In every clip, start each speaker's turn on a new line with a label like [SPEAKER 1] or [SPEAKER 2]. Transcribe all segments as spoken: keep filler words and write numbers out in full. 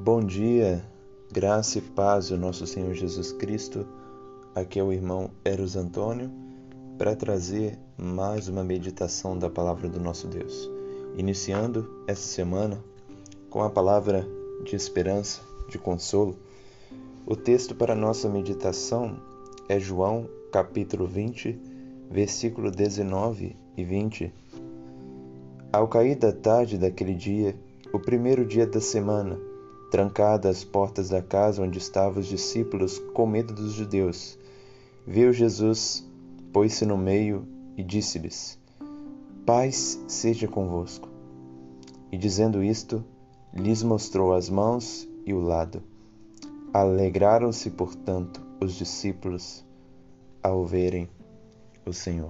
[SPEAKER 1] Bom dia, graça e paz do nosso Senhor Jesus Cristo. Aqui é o irmão Eros Antônio para trazer mais uma meditação da palavra do nosso Deus. Iniciando essa semana com a palavra de esperança, de consolo. O texto para nossa meditação é João capítulo vinte, versículo dezenove e vinte. Ao cair da tarde daquele dia, o primeiro dia da semana, trancadas as portas da casa onde estavam os discípulos com medo dos judeus, viu Jesus, pôs-se no meio e disse-lhes: Paz seja convosco. E dizendo isto, lhes mostrou as mãos e o lado. Alegraram-se, portanto, os discípulos ao verem o Senhor.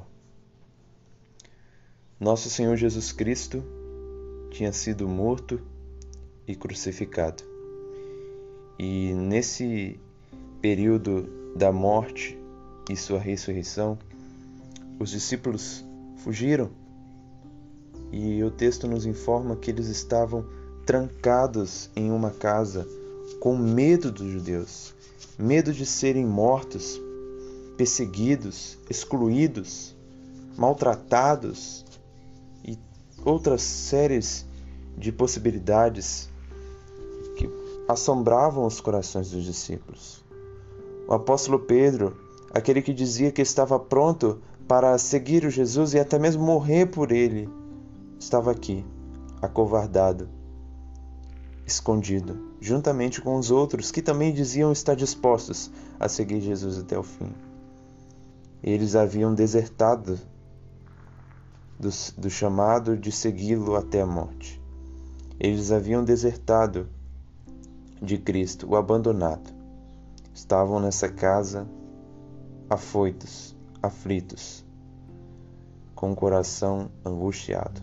[SPEAKER 1] Nosso Senhor Jesus Cristo tinha sido morto e crucificado. E nesse período da morte e sua ressurreição, os discípulos fugiram. E o texto nos informa que eles estavam trancados em uma casa com medo dos judeus, medo de serem mortos, perseguidos, excluídos, maltratados e outras séries de possibilidades que assombravam os corações dos discípulos. O apóstolo Pedro, aquele que dizia que estava pronto para seguir o Jesus e até mesmo morrer por ele, estava aqui, acovardado, escondido, juntamente com os outros que também diziam estar dispostos a seguir Jesus até o fim. Eles haviam desertado do, do chamado de segui-lo até a morte. Eles haviam desertado de Cristo, o abandonado. Estavam nessa casa afoitos, aflitos, com o coração angustiado.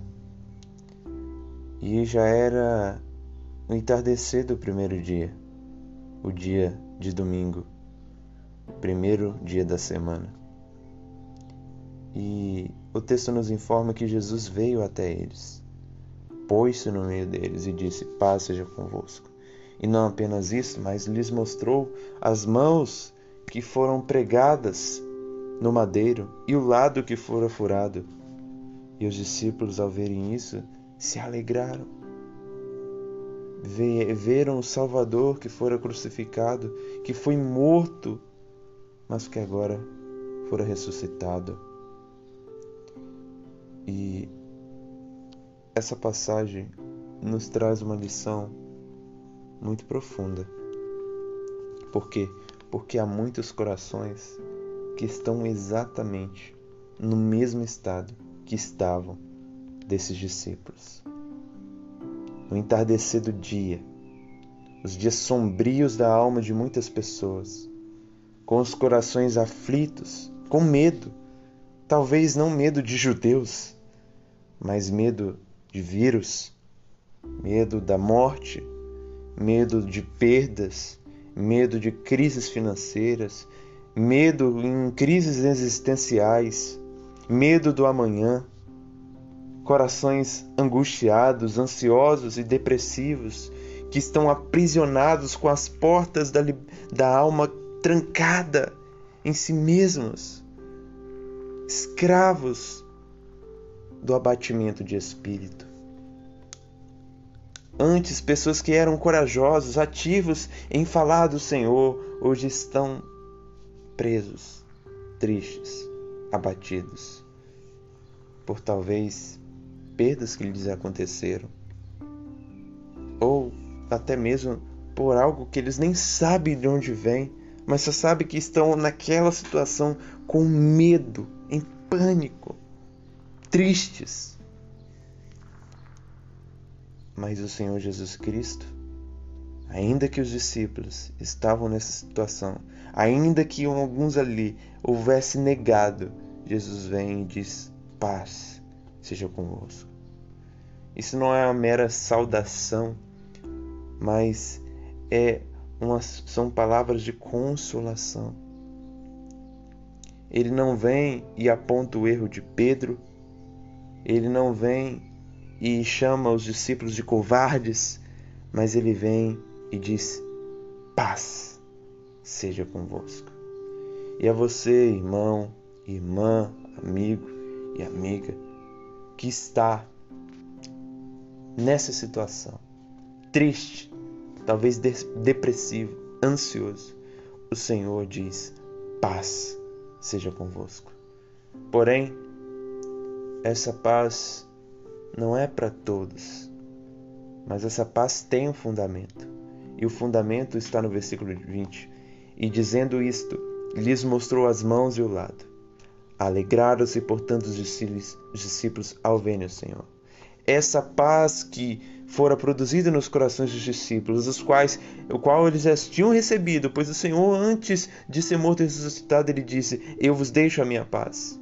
[SPEAKER 1] E já era o entardecer do primeiro dia, o dia de domingo, o primeiro dia da semana. E o texto nos informa que Jesus veio até eles, pôs-se no meio deles e disse: Paz seja convosco. E não apenas isso, mas lhes mostrou as mãos que foram pregadas no madeiro e o lado que fora furado. E os discípulos, ao verem isso, se alegraram. Veram o Salvador que fora crucificado, que foi morto, mas que agora fora ressuscitado. E essa passagem nos traz uma lição muito profunda. Por quê? Porque há muitos corações que estão exatamente no mesmo estado que estavam desses discípulos. No entardecer do dia, os dias sombrios da alma de muitas pessoas, com os corações aflitos, com medo, talvez não medo de judeus, mas medo de vírus, medo da morte, medo de perdas, medo de crises financeiras, medo em crises existenciais, medo do amanhã, corações angustiados, ansiosos e depressivos, que estão aprisionados com as portas da, da alma trancada em si mesmos, escravos do abatimento de espírito. Antes, pessoas que eram corajosos, ativos em falar do Senhor, hoje estão presos, tristes, abatidos, por talvez perdas que lhes aconteceram, ou até mesmo por algo que eles nem sabem de onde vem, mas só sabem que estão naquela situação com medo, em pânico, tristes. Mas o Senhor Jesus Cristo, ainda que os discípulos estavam nessa situação, ainda que alguns ali houvessem negado, Jesus vem e diz: Paz seja convosco. Isso não é uma mera saudação, mas é uma, são palavras de consolação. Ele não vem e aponta o erro de Pedro, ele não vem e chama os discípulos de covardes, mas ele vem e diz: paz seja convosco. E a você, irmão, irmã, amigo e amiga, que está nessa situação, triste, talvez depressivo, ansioso, o Senhor diz: paz seja convosco. Porém, essa paz não é para todos, mas essa paz tem um fundamento. E o fundamento está no versículo vinte. E dizendo isto, lhes mostrou as mãos e o lado. Alegraram-se, portanto, os discípulos ao verem o Senhor. Essa paz que fora produzida nos corações dos discípulos, os quais, o qual eles já tinham recebido, pois o Senhor, antes de ser morto e ressuscitado, ele disse: eu vos deixo a minha paz.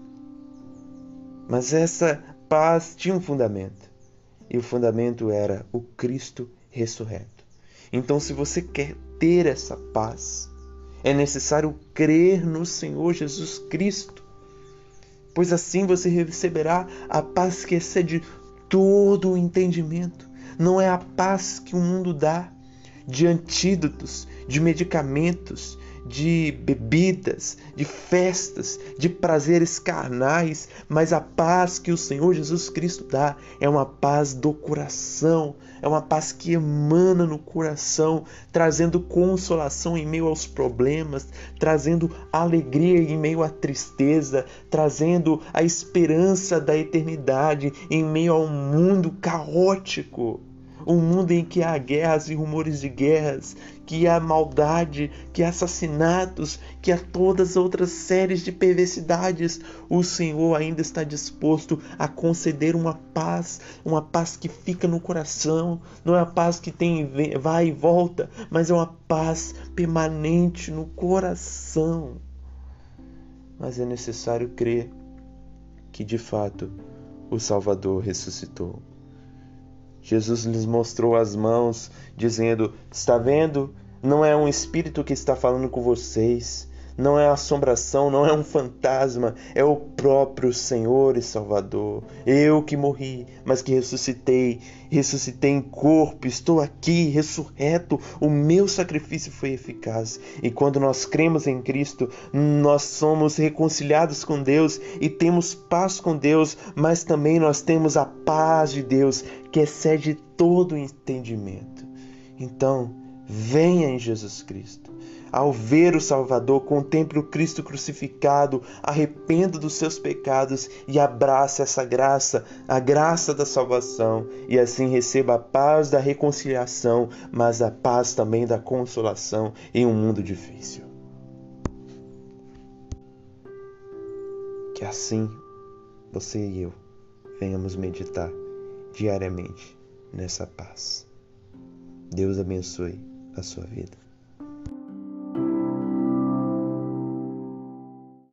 [SPEAKER 1] Mas essa paz tinha um fundamento, e o fundamento era o Cristo ressurreto. Então, se você quer ter essa paz, é necessário crer no Senhor Jesus Cristo, pois assim você receberá a paz que excede todo o entendimento. Não é a paz que o mundo dá, de antídotos, de medicamentos, de bebidas, de festas, de prazeres carnais, mas a paz que o Senhor Jesus Cristo dá é uma paz do coração, é uma paz que emana no coração, trazendo consolação em meio aos problemas, trazendo alegria em meio à tristeza, trazendo a esperança da eternidade em meio a um mundo caótico. Um mundo em que há guerras e rumores de guerras, que há maldade, que há assassinatos, que há todas as outras séries de perversidades, o Senhor ainda está disposto a conceder uma paz, uma paz que fica no coração. Não é a paz que tem vai e volta, mas é uma paz permanente no coração. Mas é necessário crer que de fato o Salvador ressuscitou. Jesus lhes mostrou as mãos, dizendo: está vendo? Não é um espírito que está falando com vocês, não é assombração, não é um fantasma, é o próprio Senhor e Salvador. Eu que morri, mas que ressuscitei, ressuscitei em corpo, estou aqui ressurreto, o meu sacrifício foi eficaz. E quando nós cremos em Cristo, nós somos reconciliados com Deus e temos paz com Deus, mas também nós temos a paz de Deus, que excede todo o entendimento. Então, venha em Jesus Cristo. Ao ver o Salvador, contemple o Cristo crucificado, arrependa dos seus pecados e abrace essa graça, a graça da salvação, e assim receba a paz da reconciliação, mas a paz também da consolação em um mundo difícil. Que assim você e eu venhamos meditar diariamente nessa paz. Deus abençoe a sua vida.